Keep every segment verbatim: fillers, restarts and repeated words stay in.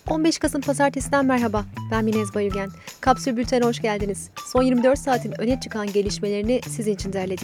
on beş Kasım Pazartesi'den merhaba. Ben Minez Bayülgen. Kapsül Bülten'e hoş geldiniz. Son yirmi dört saatin öne çıkan gelişmelerini sizin için derledik.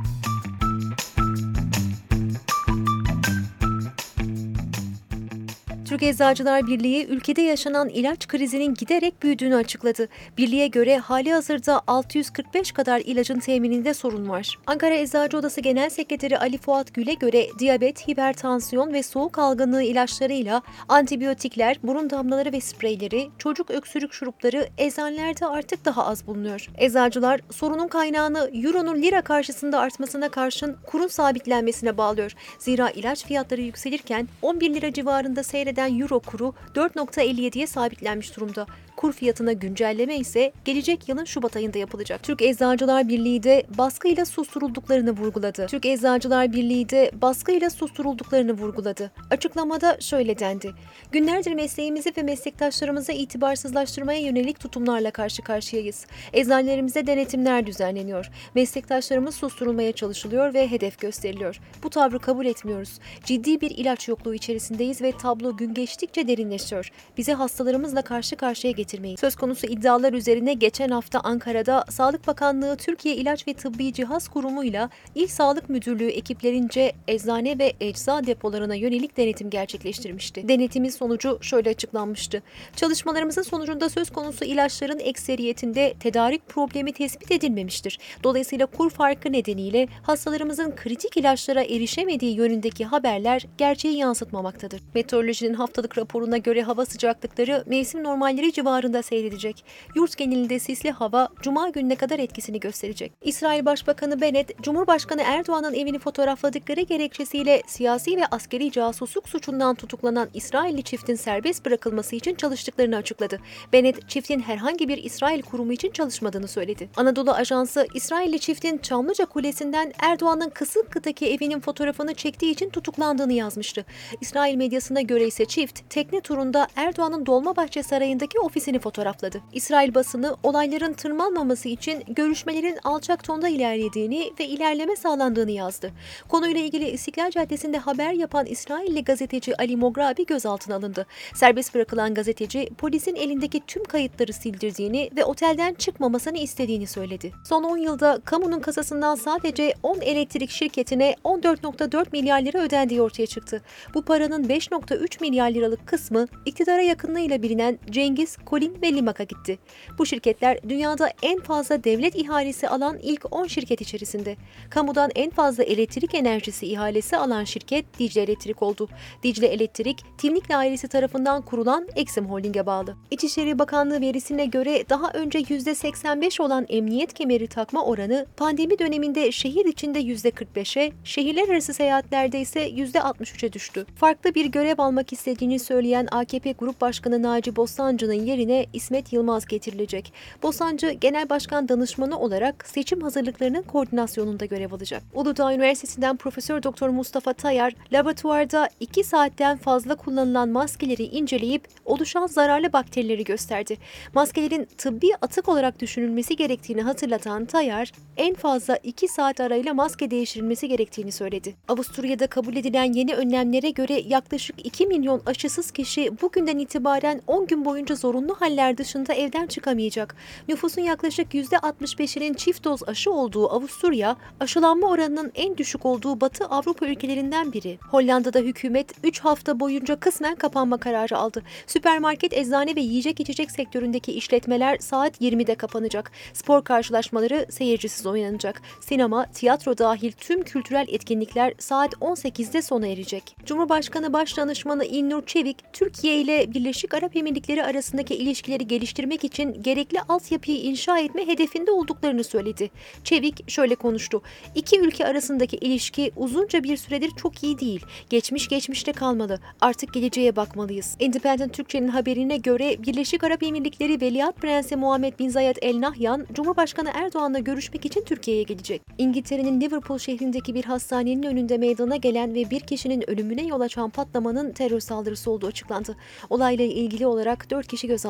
Türk Eczacılar Birliği, ülkede yaşanan ilaç krizinin giderek büyüdüğünü açıkladı. Birliğe göre halihazırda altı yüz kırk beş kadar ilacın temininde sorun var. Ankara Eczacı Odası Genel Sekreteri Ali Fuat Gül'e göre diyabet, hipertansiyon ve soğuk algınlığı ilaçlarıyla antibiyotikler, burun damlaları ve spreyleri, çocuk öksürük şurupları eczanelerde artık daha az bulunuyor. Eczacılar sorunun kaynağını Euro'nun lira karşısında artmasına karşın kurun sabitlenmesine bağlıyor. Zira ilaç fiyatları yükselirken on bir lira civarında seyreden Euro kuru dört nokta elli yediye sabitlenmiş durumda. Kur fiyatına güncelleme ise gelecek yılın Şubat ayında yapılacak. Türk Eczacılar Birliği de baskıyla susturulduklarını vurguladı. Türk Eczacılar Birliği de baskıyla susturulduklarını vurguladı. Açıklamada şöyle dendi. Günlerdir mesleğimizi ve meslektaşlarımızı itibarsızlaştırmaya yönelik tutumlarla karşı karşıyayız. Eczanelerimize denetimler düzenleniyor. Meslektaşlarımız susturulmaya çalışılıyor ve hedef gösteriliyor. Bu tavrı kabul etmiyoruz. Ciddi bir ilaç yokluğu içerisindeyiz ve tablo gün geçtikçe derinleşiyor. Bizi hastalarımızla karşı karşıya getirmeyin. Söz konusu iddialar üzerine geçen hafta Ankara'da Sağlık Bakanlığı Türkiye İlaç ve Tıbbi Cihaz Kurumu'yla İl Sağlık Müdürlüğü ekiplerince eczane ve ecza depolarına yönelik denetim gerçekleştirmişti. Denetimin sonucu şöyle açıklanmıştı. Çalışmalarımızın sonucunda söz konusu ilaçların ekseriyetinde tedarik problemi tespit edilmemiştir. Dolayısıyla kur farkı nedeniyle hastalarımızın kritik ilaçlara erişemediği yönündeki haberler gerçeği yansıtmamaktadır. Meteorolojinin haftalık raporuna göre hava sıcaklıkları mevsim normalleri civarında seyredecek. Yurt genelinde sisli hava Cuma gününe kadar etkisini gösterecek. İsrail Başbakanı Bennett, Cumhurbaşkanı Erdoğan'ın evini fotoğrafladıkları gerekçesiyle siyasi ve askeri casusluk suçundan tutuklanan İsrailli çiftin serbest bırakılması için çalıştıklarını açıkladı. Bennett, çiftin herhangi bir İsrail kurumu için çalışmadığını söyledi. Anadolu Ajansı, İsrailli çiftin Çamlıca Kulesi'nden Erdoğan'ın Kısıkkı'daki evinin fotoğrafını çektiği için tutuklandığını yazmıştı. İsrail medyasına göre ise çift, tekne turunda Erdoğan'ın Dolmabahçe Sarayı'ndaki ofisini fotoğrafladı. İsrail basını olayların tırmanmaması için görüşmelerin alçak tonda ilerlediğini ve ilerleme sağlandığını yazdı. Konuyla ilgili İstiklal Caddesi'nde haber yapan İsrailli gazeteci Ali Mograbi gözaltına alındı. Serbest bırakılan gazeteci polisin elindeki tüm kayıtları sildirdiğini ve otelden çıkmamasını istediğini söyledi. Son on yılda kamunun kasasından sadece on elektrik şirketine on dört nokta dört milyar lira ödendiği ortaya çıktı. Bu paranın beş nokta üç milyar liralık kısmı iktidara yakınlığıyla bilinen Cengiz, Kolin ve Limak'a gitti. Bu şirketler dünyada en fazla devlet ihalesi alan ilk on şirket içerisinde. Kamudan en fazla elektrik enerjisi ihalesi alan şirket Dicle Elektrik oldu. Dicle Elektrik, Timlikli ailesi tarafından kurulan Exim Holding'e bağlı. İçişleri Bakanlığı verisine göre daha önce yüzde seksen beş olan emniyet kemeri takma oranı pandemi döneminde şehir içinde yüzde kırk beşe, şehirler arası seyahatlerde ise yüzde altmış üçe düştü. Farklı bir görev almak istediğini söyleyen A K P Grup Başkanı Naci Bostancı'nın yerine İsmet Yılmaz getirilecek. Bostancı, Genel Başkan Danışmanı olarak seçim hazırlıklarının koordinasyonunda görev alacak. Uludağ Üniversitesi'nden Profesör Doktor Mustafa Tayar, laboratuvarda iki saatten fazla kullanılan maskeleri inceleyip oluşan zararlı bakterileri gösterdi. Maskelerin tıbbi atık olarak düşünülmesi gerektiğini hatırlatan Tayar, en fazla iki saat arayla maske değiştirilmesi gerektiğini söyledi. Avusturya'da kabul edilen yeni önlemlere göre yaklaşık iki milyon aşısız kişi bugünden itibaren on gün boyunca zorunlu haller dışında evden çıkamayacak. Nüfusun yaklaşık yüzde altmış beşinin çift doz aşı olduğu Avusturya, aşılanma oranının en düşük olduğu Batı Avrupa ülkelerinden biri. Hollanda'da hükümet üç hafta boyunca kısmen kapanma kararı aldı. Süpermarket, eczane ve yiyecek içecek sektöründeki işletmeler saat yirmide kapanacak. Spor karşılaşmaları seyircisiz oynanacak. Sinema, tiyatro dahil tüm kültürel etkinlikler saat on sekizde sona erecek. Cumhurbaşkanı Başdanışmanı İlnur Çevik, Türkiye ile Birleşik Arap Emirlikleri arasındaki ilişkileri geliştirmek için gerekli altyapıyı inşa etme hedefinde olduklarını söyledi. Çevik şöyle konuştu. İki ülke arasındaki ilişki uzunca bir süredir çok iyi değil. Geçmiş geçmişte kalmalı. Artık geleceğe bakmalıyız. Independent Türkçe'nin haberine göre Birleşik Arap Emirlikleri Veliaht Prensi Muhammed bin Zayed El Nahyan, Cumhurbaşkanı Erdoğan'la görüşmek için Türkiye'ye gelecek. İngiltere'nin Liverpool şehrindeki bir hastanenin önünde meydana gelen ve bir kişinin ölümüne yol açan patlamanın terör saldırısı olduğu açıklandı. Olayla ilgili olarak dört kişi gözaltına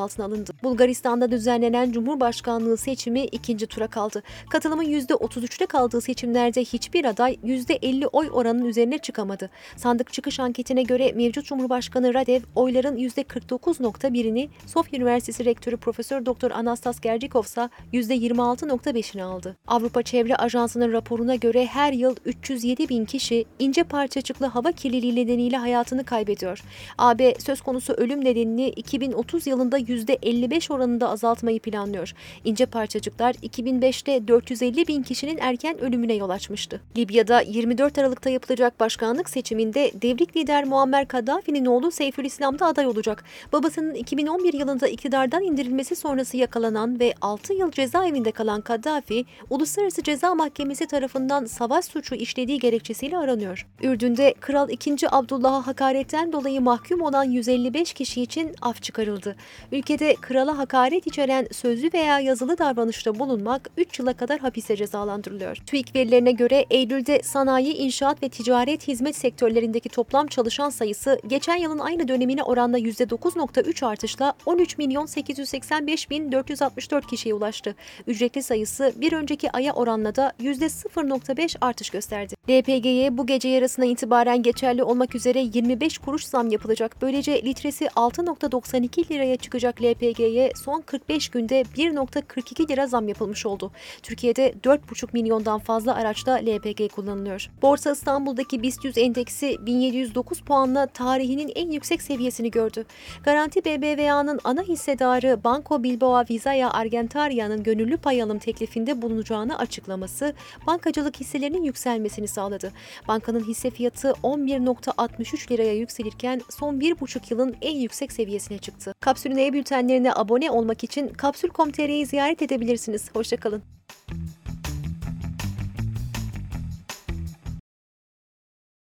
gözaltına alındı. Bulgaristan'da düzenlenen Cumhurbaşkanlığı seçimi ikinci tura kaldı. Katılımın yüzde otuz üçte kaldığı seçimlerde hiçbir aday yüzde elli oy oranının üzerine çıkamadı. Sandık çıkış anketine göre mevcut Cumhurbaşkanı Radev oyların yüzde kırk dokuz nokta birini, Sofya Üniversitesi Rektörü Profesör Doktor Anastas Gergikov ise yüzde yirmi altı nokta beşini aldı. Avrupa Çevre Ajansı'nın raporuna göre her yıl üç yüz yedi bin kişi ince parçacıklı hava kirliliği nedeniyle hayatını kaybediyor. A B söz konusu ölüm nedenini iki bin otuz yılında yüzde elli beş oranında azaltmayı planlıyor. İnce parçacıklar iki bin beşte dört yüz elli bin kişinin erken ölümüne yol açmıştı. Libya'da yirmi dört Aralık'ta yapılacak başkanlık seçiminde devrik lider Muammer Kaddafi'nin oğlu Seyfülislam da aday olacak. Babasının iki bin on bir yılında iktidardan indirilmesi sonrası yakalanan ve altı yıl cezaevinde kalan Kaddafi, Uluslararası Ceza Mahkemesi tarafından savaş suçu işlediği gerekçesiyle aranıyor. Ürdün'de Kral ikinci. Abdullah'a hakaretten dolayı mahkum olan yüz elli beş kişi için af çıkarıldı. Ülkede krala hakaret içeren sözlü veya yazılı davranışta bulunmak üç yıla kadar hapise cezalandırılıyor. TÜİK verilerine göre Eylül'de sanayi, inşaat ve ticaret hizmet sektörlerindeki toplam çalışan sayısı geçen yılın aynı dönemine oranla yüzde dokuz nokta üç artışla on üç milyon sekiz yüz seksen beş bin dört yüz altmış dört kişiye ulaştı. Ücretli sayısı bir önceki aya oranla da yüzde sıfır nokta beş artış gösterdi. L P G'ye bu gece yarısına itibaren geçerli olmak üzere yirmi beş kuruş zam yapılacak. Böylece litresi altı nokta doksan iki liraya çıkacak L P G'ye son kırk beş günde bir nokta kırk iki lira zam yapılmış oldu. Türkiye'de dört buçuk milyondan fazla araçta L P G kullanılıyor. Borsa İstanbul'daki BIST yüz endeksi bin yedi yüz dokuz puanla tarihinin en yüksek seviyesini gördü. Garanti B B V A'nın ana hissedarı Banco Bilbao Vizcaya Argentaria'nın gönüllü pay alım teklifinde bulunacağını açıklaması bankacılık hisselerinin yükselmesini sağladı. Bankanın hisse fiyatı on bir nokta altmış üç liraya yükselirken son bir buçuk yılın en yüksek seviyesine çıktı. Kapsül'ün e-bültenlerine abone olmak için kapsül nokta com nokta tr'yi ziyaret edebilirsiniz. Hoşça kalın.